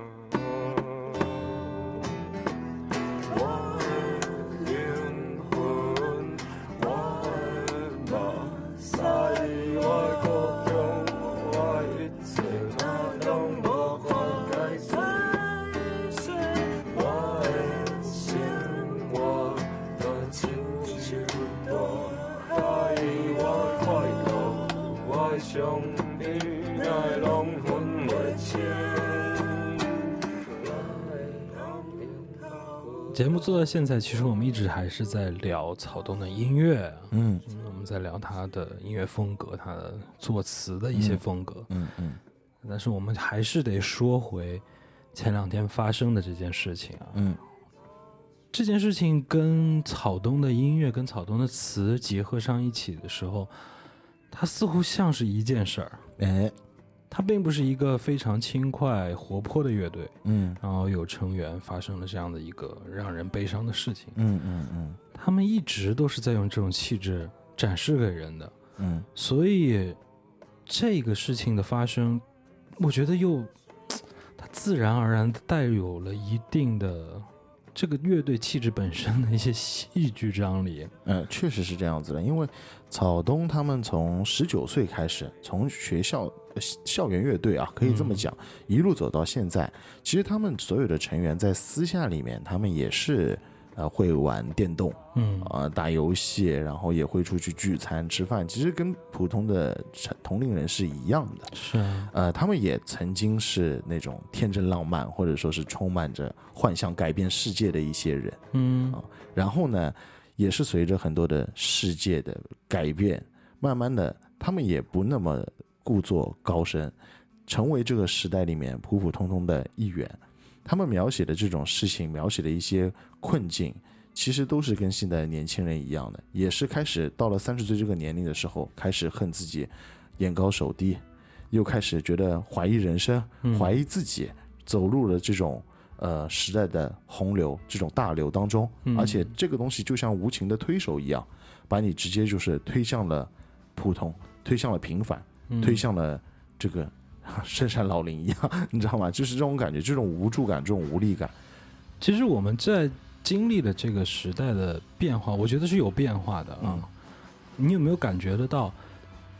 节目做到现在，其实我们一直还是在聊草东的音乐，我们在聊他的音乐风格，他的作词的一些风格，但是我们还是得说回前2天发生的这件事情啊，这件事情跟草东的音乐跟草东的词结合上一起的时候，它似乎像是一件事儿，它并不是一个非常轻快活泼的乐队，然后有成员发生了这样的一个让人悲伤的事情，他们一直都是在用这种气质展示给人的，所以这个事情的发生，我觉得它自然而然带有了一定的这个乐队气质本身的一些戏剧张力。 确实是这样子的，因为草东他们从19岁开始，从学校校园乐队啊，可以这么讲，一路走到现在，其实他们所有的成员在私下里面，他们也是会玩电动，打游戏，然后也会出去聚餐吃饭，其实跟普通的同龄人是一样的。 是他们也曾经是那种天真浪漫，或者说是充满着幻想改变世界的一些人，然后呢，也是随着很多的世界的改变，慢慢的，他们也不那么故作高深，成为这个时代里面普普通通的一员。他们描写的这种事情，描写的一些困境，其实都是跟现在的年轻人一样的，也是开始到了30岁这个年龄的时候，开始恨自己眼高手低，又开始觉得怀疑人生，怀疑自己，走入了这种时代的洪流，这种大流当中，而且这个东西就像无情的推手一样，把你直接就是推向了普通，推向了平凡，推向了这个深山老林一样，你知道吗？就是这种感觉，这种无助感，这种无力感。 其实我们在经历了这个时代的变化，我觉得是有变化的啊。你有没有感觉得到，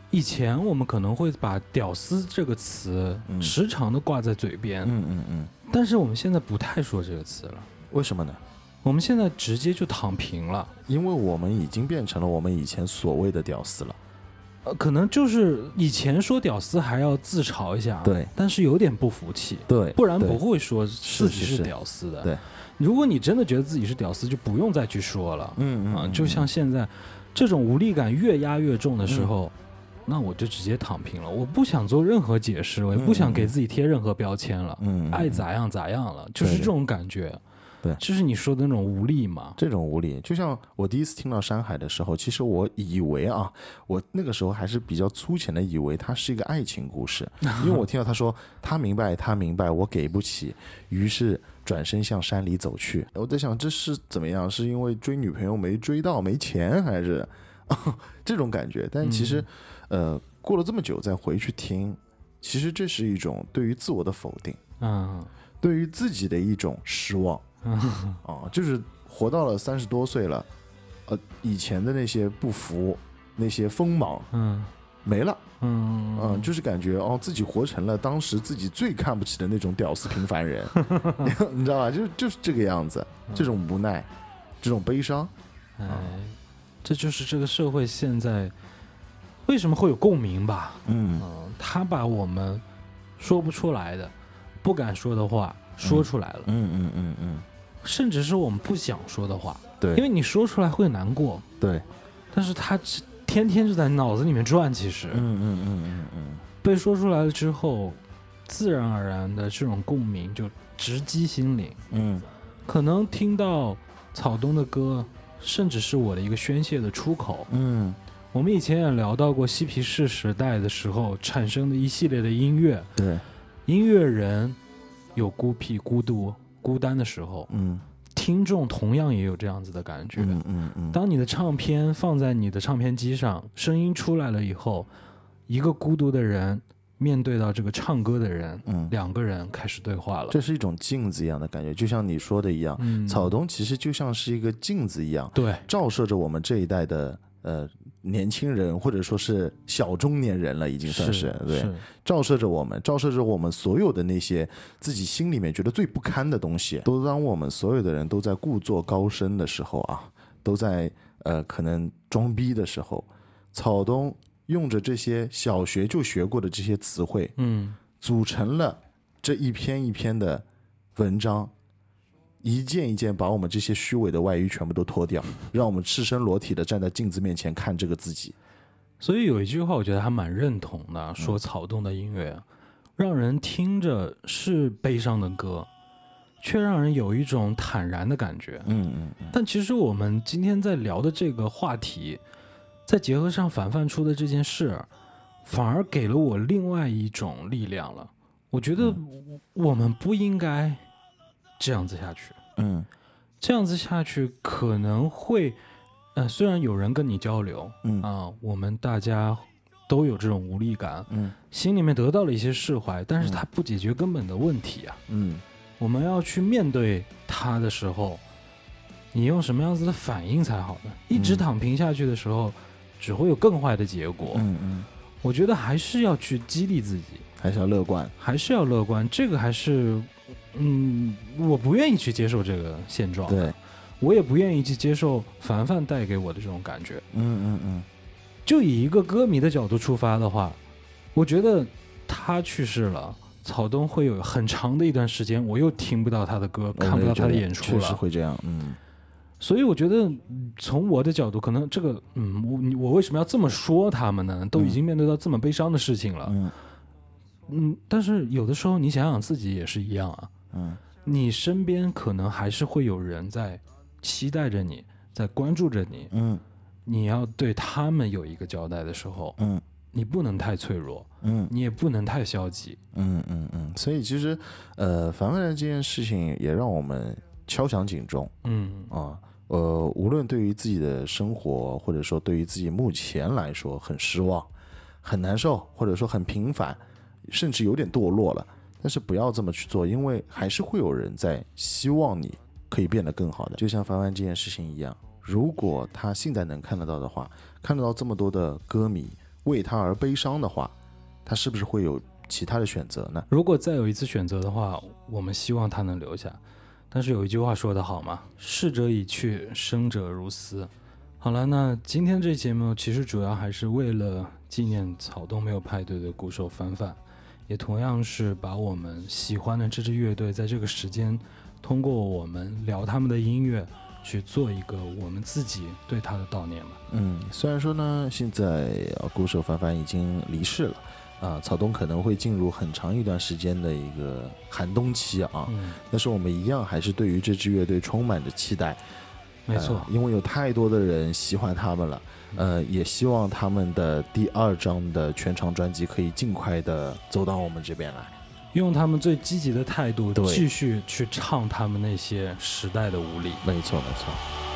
以前我们可能会把屌丝这个词时常的挂在嘴边，但是我们现在不太说这个词了。 为什么呢？ 我们现在直接就躺平了， 因为我们已经变成了我们以前所谓的屌丝了。 可能就是以前说屌丝还要自嘲一下， 对， 但是有点不服气， 对， 不然不会说自己是屌丝的。 对， 如果你真的觉得自己是屌丝，就不用再去说了。就像现在这种无力感越压越重的时候，那我就直接躺平了，我不想做任何解释，我也不想给自己贴任何标签了，爱咋样咋样了，就是这种感觉。 对， 就是你说的那种无力嘛。 这种无力，就像我第一次听到山海的时候，其实我以为啊，我那个时候还是比较粗浅的以为它是一个爱情故事，因为我听到他说他明白我给不起，于是转身向山里走去。我在想这是怎么样？是因为追女朋友没追到没钱，还是这种感觉？但其实过了这么久再回去听，其实这是一种对于自我的否定，对于自己的一种失望。就是活到了30多岁了，以前的那些不服，那些锋芒，没了，就是感觉自己活成了当时自己最看不起的那种屌丝平凡人，你知道吧？就是这个样子，这种无奈，这种悲伤， 这就是这个社会现在为什么会有共鸣吧？他把我们说不出来的、不敢说的话说出来了，甚至是我们不想说的话， 对， 因为你说出来会难过， 对， 但是他天天就在脑子里面转，其实，被说出来了之后，自然而然的这种共鸣就直击心灵，可能听到草东的歌，甚至是我的一个宣泄的出口，我们以前也聊到过嬉皮士时代的时候产生的一系列的音乐， 对， 音乐人有孤僻、孤独、孤单的时候，听众同样也有这样子的感觉。当你的唱片放在你的唱片机上，声音出来了以后，一个孤独的人面对到这个唱歌的人，两个人开始对话了。 这是一种镜子一样的感觉，就像你说的一样，草东其实就像是一个镜子一样， 对， 照射着我们这一代的年轻人，或者说是小中年人了，已经算是对，照射着我们所有的那些自己心里面觉得最不堪的东西，都当我们所有的人都在故作高深的时候啊，都在可能装逼的时候，草东用着这些小学就学过的这些词汇，组成了这一篇一篇的文章，一件一件把我们这些虚伪的外衣全部都脱掉，让我们赤身裸体的站在镜子面前看这个自己。 所以有一句话我觉得还蛮认同的，说草东的音乐让人听着是悲伤的歌，却让人有一种坦然的感觉。但其实我们今天在聊的这个话题，再结合上凡凡出的这件事，反而给了我另外一种力量了。我觉得我们不应该这样子下去，这样子下去可能会，虽然有人跟你交流，我们大家都有这种无力感，心里面得到了一些释怀，但是它不解决根本的问题啊，我们要去面对它的时候，你用什么样子的反应才好呢？一直躺平下去的时候，只会有更坏的结果。我觉得还是要去激励自己， 还是要乐观， 这个还是。我不愿意去接受这个现状， 对， 我也不愿意去接受凡凡带给我的这种感觉。就以一个歌迷的角度出发的话，我觉得他去世了，草东会有很长的一段时间，我又听不到他的歌，看不到他的演出了， 确实会这样。 所以我觉得从我的角度，可能这个我为什么要这么说他们呢？都已经面对到这么悲伤的事情了。但是有的时候你想想自己也是一样啊。你身边可能还是会有人在期待着你，在关注着你。你要对他们有一个交代的时候，你不能太脆弱，你也不能太消极。 所以其实凡凡的这件事情也让我们敲响警钟。无论对于自己的生活，或者说对于自己目前来说很失望、很难受，或者说很平凡，甚至有点堕落了，但是不要这么去做，因为还是会有人在希望你可以变得更好的。就像凡凡这件事情一样，如果他现在能看得到的话，看得到这么多的歌迷为他而悲伤的话，他是不是会有其他的选择呢？ 如果再有一次选择的话，我们希望他能留下。但是有一句话说得好嘛，逝者已去，生者如斯。好了，那今天这节目其实主要还是为了纪念草东没有派对的鼓手凡凡，也同样是把我们喜欢的这支乐队在这个时间通过我们聊他们的音乐去做一个我们自己对他的悼念嘛。 虽然说呢，现在鼓手凡凡已经离世了，草东可能会进入很长一段时间的一个寒冬期啊，但是我们一样还是对于这支乐队充满着期待。 没错， 因为有太多的人喜欢他们了，也希望他们的第2张的全长专辑可以尽快的走到我们这边来， 用他们最积极的态度继续去唱他们那些时代的无力。 没错没错。